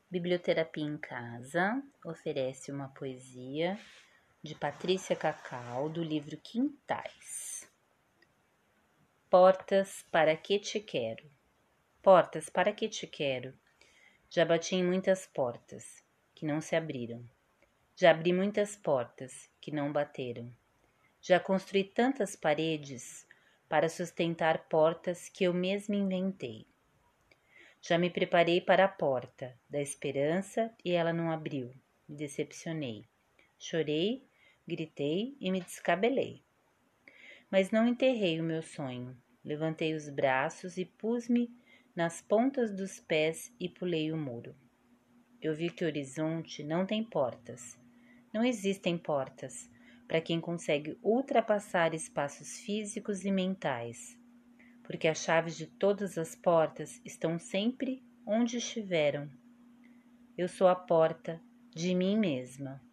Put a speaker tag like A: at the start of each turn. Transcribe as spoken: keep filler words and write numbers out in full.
A: Biblioterapia em Casa oferece uma poesia de Patrícia Cacau, do livro Quintais. Portas, para que te quero? Portas, para que te quero? Já bati em muitas portas, que não se abriram. Já abri muitas portas, que não bateram. Já construí tantas paredes para sustentar portas que eu mesma inventei. Já me preparei para a porta da esperança e ela não abriu. Me decepcionei. Chorei, gritei e me descabelei. Mas não enterrei o meu sonho. Levantei os braços e pus-me nas pontas dos pés e pulei o muro. Eu vi que o horizonte não tem portas. Não existem portas para quem consegue ultrapassar espaços físicos e mentais, porque as chaves de todas as portas estão sempre onde estiveram. Eu sou a porta de mim mesma.